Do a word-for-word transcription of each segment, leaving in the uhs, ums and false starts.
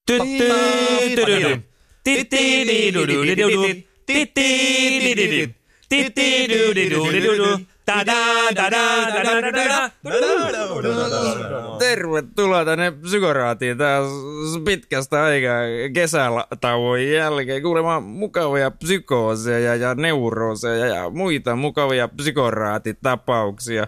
Tervetuloa tänne Psykoraatiin taas pitkästä aikaa kesätauon jälkeen kuulemaan mukavia psykooseja ja neurooseja ja muita mukavia psykoraatitapauksia.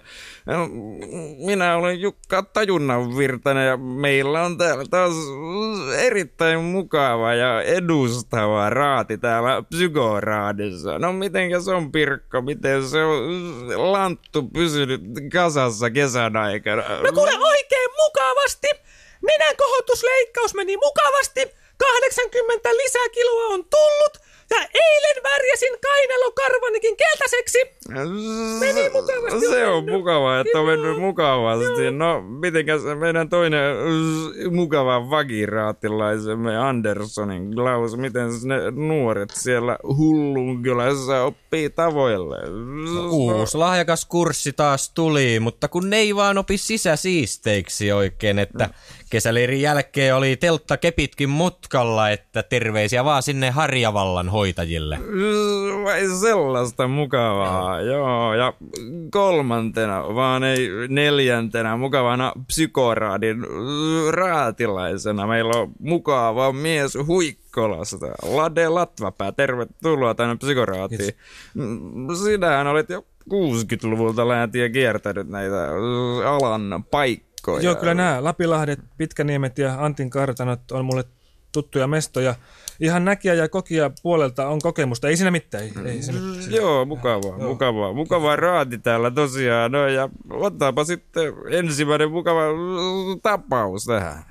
Minä olen Jukka Tajunnanvirtanen ja meillä on täällä taas erittäin mukava ja edustava raati täällä Psykoraadissa. No mitenkäs on, Pirkko? Miten se on lanttu pysynyt kasassa kesän aikana? No kuule, oikein mukavasti. Nenän kohotusleikkaus meni mukavasti. kahdeksankymmentä lisäkiloa on tullut. Ja eilen värjäsin kainalokarvanikin keltaiseksi. Meni mukavasti. Se on mukavaa, että on mennyt mukavasti. Joo. No, mitenkäs meidän toinen mukava vakiraatilaisemme Anderssonin Klaus, miten ne nuoret siellä Hullunkylässä oppii tavoille? No, uusi lahjakas kurssi taas tuli, mutta kun ne ei vaan opi sisäsiisteiksi oikein, että kesäleirin jälkeen oli teltta kepitkin mutkalla, että terveisiä vaan sinne Harjavallan hoitajille. Vai sellaista mukavaa, joo. Ja kolmantena, vaan ei neljäntenä mukavana Psykoraadin raatilaisena meillä on mukava mies Huikkolasta. Lade Latvapää, tervetuloa tänne Psykoraatiin. Sinähän olet jo kuusikymmentäluvulta lähtien kiertänyt näitä alan paikkoja. Joo, kyllä nämä Lapilahdet, Pitkäniemet ja Antin kartanot on mulle tuttuja mestoja. Ihan näkijä ja kokija puolelta on kokemusta, ei siinä mitään. Ei, ei siinä mitään. Joo, mukavaa, Joo. mukavaa. Mukavaa raati täällä tosiaan. No, ja ottaapa sitten ensimmäinen mukava tapaus tähän.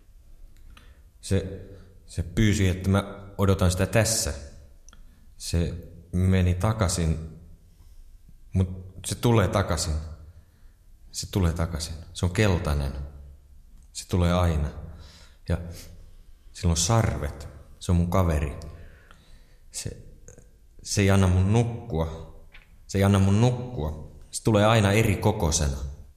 Se, se pyysi, että mä odotan sitä tässä. Se meni takaisin, mutta se tulee takaisin. Se tulee takaisin. Se on keltainen. Se tulee aina. Ja sillä on sarvet. Se on mun kaveri. Se, se ei anna mun nukkua. Se ei anna mun nukkua. Se tulee aina eri kokoisena.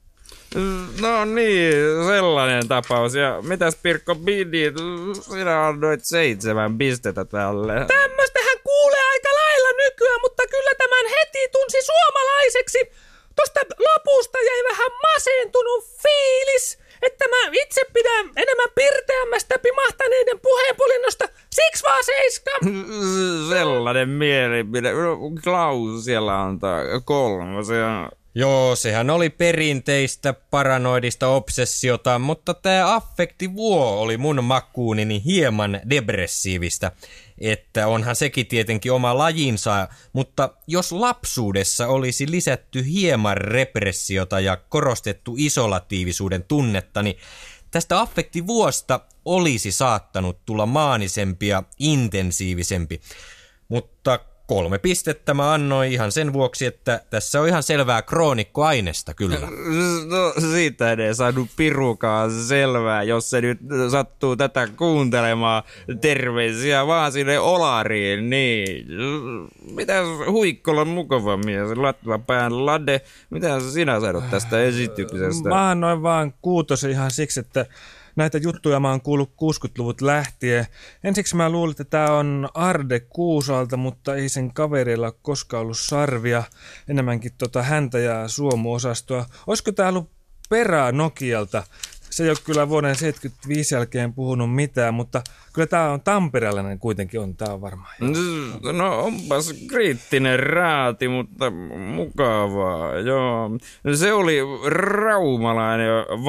No niin, sellainen tapaus. Ja mitäs Pirkko Bidi, sinä annoit seitsemän pistettä tälle. Tämmöstähän kuulee aika lailla nykyään, mutta kyllä tämän heti tunsi suomalaiseksi. Tosta lopusta jäi vähän masentunut fiilis, että mä itse pidän enemmän pirteämmästä pimahtaneiden puheenpulinnosta. Siksi vaan seiska. Sellainen mielipide. Klaus siellä antaa kolmosen. Joo, sehän oli perinteistä paranoidista obsessiota, mutta tämä affektivuo oli mun makuunini hieman depressiivistä. Että onhan sekin tietenkin oma lajinsa, mutta jos lapsuudessa olisi lisätty hieman repressiota ja korostettu isolatiivisuuden tunnetta, niin tästä affektivuosta olisi saattanut tulla maanisempi ja intensiivisempi. Mutta kolme pistettä mä annoin ihan sen vuoksi, että tässä on ihan selvää kroonikkoainesta kyllä. No siitä ei saanut pirukaan selvää, jos se nyt sattuu tätä kuuntelemaan. Terveisiä vaan sinne Olariin, niin. Mitäs Huikkolan mukava mies, Latvapään Lade, mitä sinä sanot tästä esityksestä? Mä annoin vaan kuutosen ihan siksi, että näitä juttuja mä oon kuullut kuusikymmentäluvut lähtien. Ensiksi mä luulin, että tää on Arde Kuusalta, mutta ei sen kavereilla ole koskaan ollut sarvia. Enemmänkin tota häntä ja suomuosastoa. Olisiko tää ollut perää Nokialta? Se ei ole kyllä vuoden seitsemänkymmentäviisi jälkeen puhunut mitään, mutta kyllä tää on tamperelainen kuitenkin on, tää on varmaan. No onpas kriittinen raati, mutta mukavaa, joo. Se oli raumalainen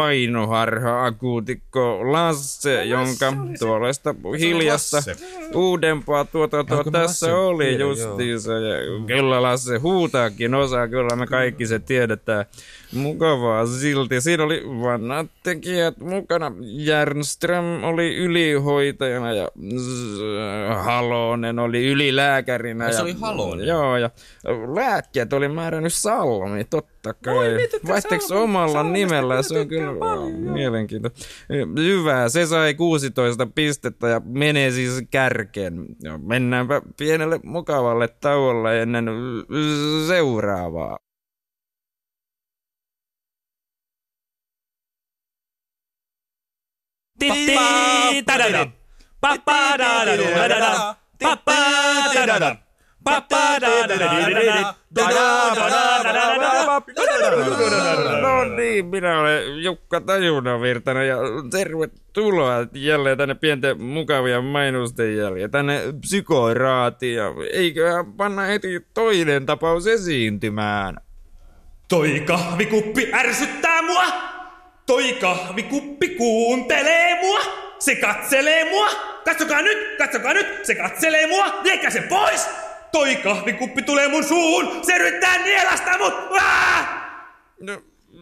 vainoharha-akuutikko Lasse, no, jonka Lasse tuollaista hiljasta uudempaa tuotantoa tässä Lasse oli justiinsa. Ja kyllä Lasse huutaakin osaa, kyllä me kaikki se tiedetään. Mukavaa silti. Siinä oli vanhat tekijät mukana. Järnström oli ylihoitajana ja Halonen oli ylilääkärinä. Ja se ja, oli Halonen? Joo, ja lääkkeet oli määrännyt Salmi, totta kai. Vaihteeksi omalla Salmi, nimellä, se on kyllä mielenkiintoista. Hyvä, se sai kuusitoista pistettä ja menee siis kärkeen. Mennäänpä pienelle mukavalle tauolle ennen seuraavaa. Papadadadadada. Papadadadada. Papadadadadada. No niin, minä olen Jukka Tajunavirtanen ja tervetuloa jälleen tänne pienten mukavia mainosten jälkeen, tänne Psykoraatiin ja eiköhän panna heti toinen tapaus esiintymään. Toi kahvikuppi ärsyttää mua! Toi kahvikuppi kuuntelee mua! Se katselee mua! Katsokaa nyt! Katsokaa nyt! Se katselee mua! Viekää se pois! Toi kahvikuppi tulee mun suuhun! Se yrittää nielasta mut! Aa! No,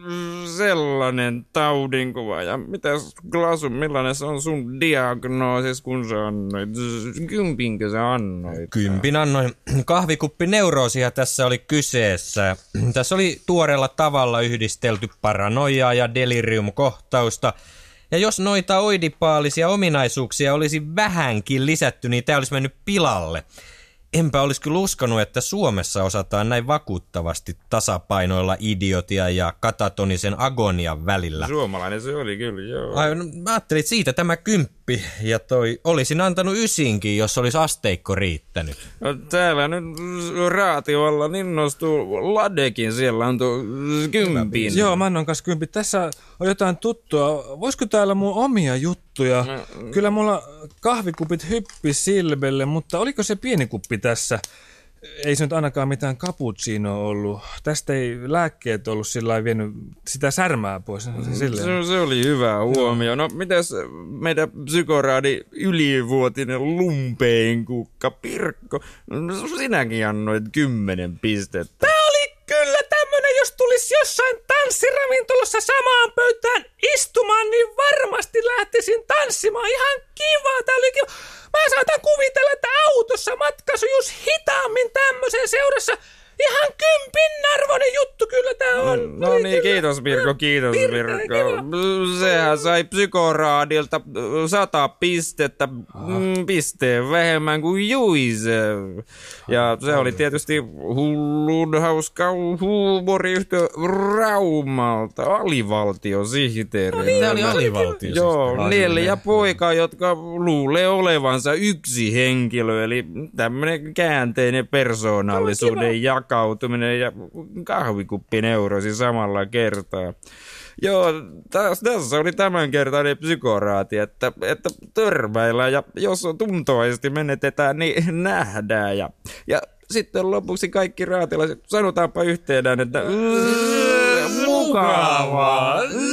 sellainen taudinkuva. Ja mitäs Glasu, millainen se on sun diagnoosis, kun sä annoit? Kympinkö sä annoit? Kympin annoin. Kahvikuppineuroosia tässä oli kyseessä. Tässä oli tuoreella tavalla yhdistelty paranoiaa ja delirium-kohtausta. Ja jos noita oidipaalisia ominaisuuksia olisi vähänkin lisätty, niin tää olisi mennyt pilalle. Enpä olisi kyllä uskonut, että Suomessa osataan näin vakuuttavasti tasapainoilla idiotia ja katatonisen agonian välillä. Suomalainen se oli kyllä, joo. Ai, no, mä ajattelin, että siitä tämä kymppi ja toi olisin antanut ysinkin, jos olisi asteikko riittänyt. No, täällä nyt raatiolla innostuu Ladekin, siellä on tuo kympin. Joo, mä annan kanssa kympin. Tässä on jotain tuttua. Voisiko täällä mun omia juttuja? No, Kyllä mulla kahvikupit hyppi silmelle, mutta oliko se pieni kuppi tässä? Ei se nyt ainakaan mitään cappuccinoa ollut. Tästä ei lääkkeet ollut sillä lailla vienyt sitä särmää pois. Se, se oli hyvä huomio. No, mitäs meidän psykoraadi ylivuotinen lumpeenkukka Pirkko? No, sinäkin annoit kymmenen pistettä. Tää oli kyllä tämmönen, jos tulisi jossain tanssiravintolassa samaan pöytään istumaan, niin varmasti lähtisin tanssimaan. Ihan kiva, tää oli kiva. Mä saatan kuvitella, että autossa matka sujuisi hitaammin tämmöisen seurassa. Ihan kympin arvoinen juttu kyllä tää on. No niin, kiitos Pirkko, kiitos Pirkko. Sehän sai psykoraadilta sata pistettä, mm, pisteen vähemmän kuin Juise. Ja se oli tietysti hullun hauska huumoriyhtö Raumalta, alivaltiosihteeri. No niin, tämä oli alivaltiosihteeri. Joo, neljä poikaa, jotka luulee olevansa yksi henkilö, eli tämmönen käänteinen persoonallisuuden jakautuminen ja kahvikuppineuroosi samalla kertaa. Joo, tässä, tässä oli tämänkertainen psykoraati, että, että törmäillään ja jos tuntoisesti menetetään, niin nähdään. Ja, ja sitten lopuksi kaikki raatilaiset, sanotaanpa yhteenään, että mukavaa!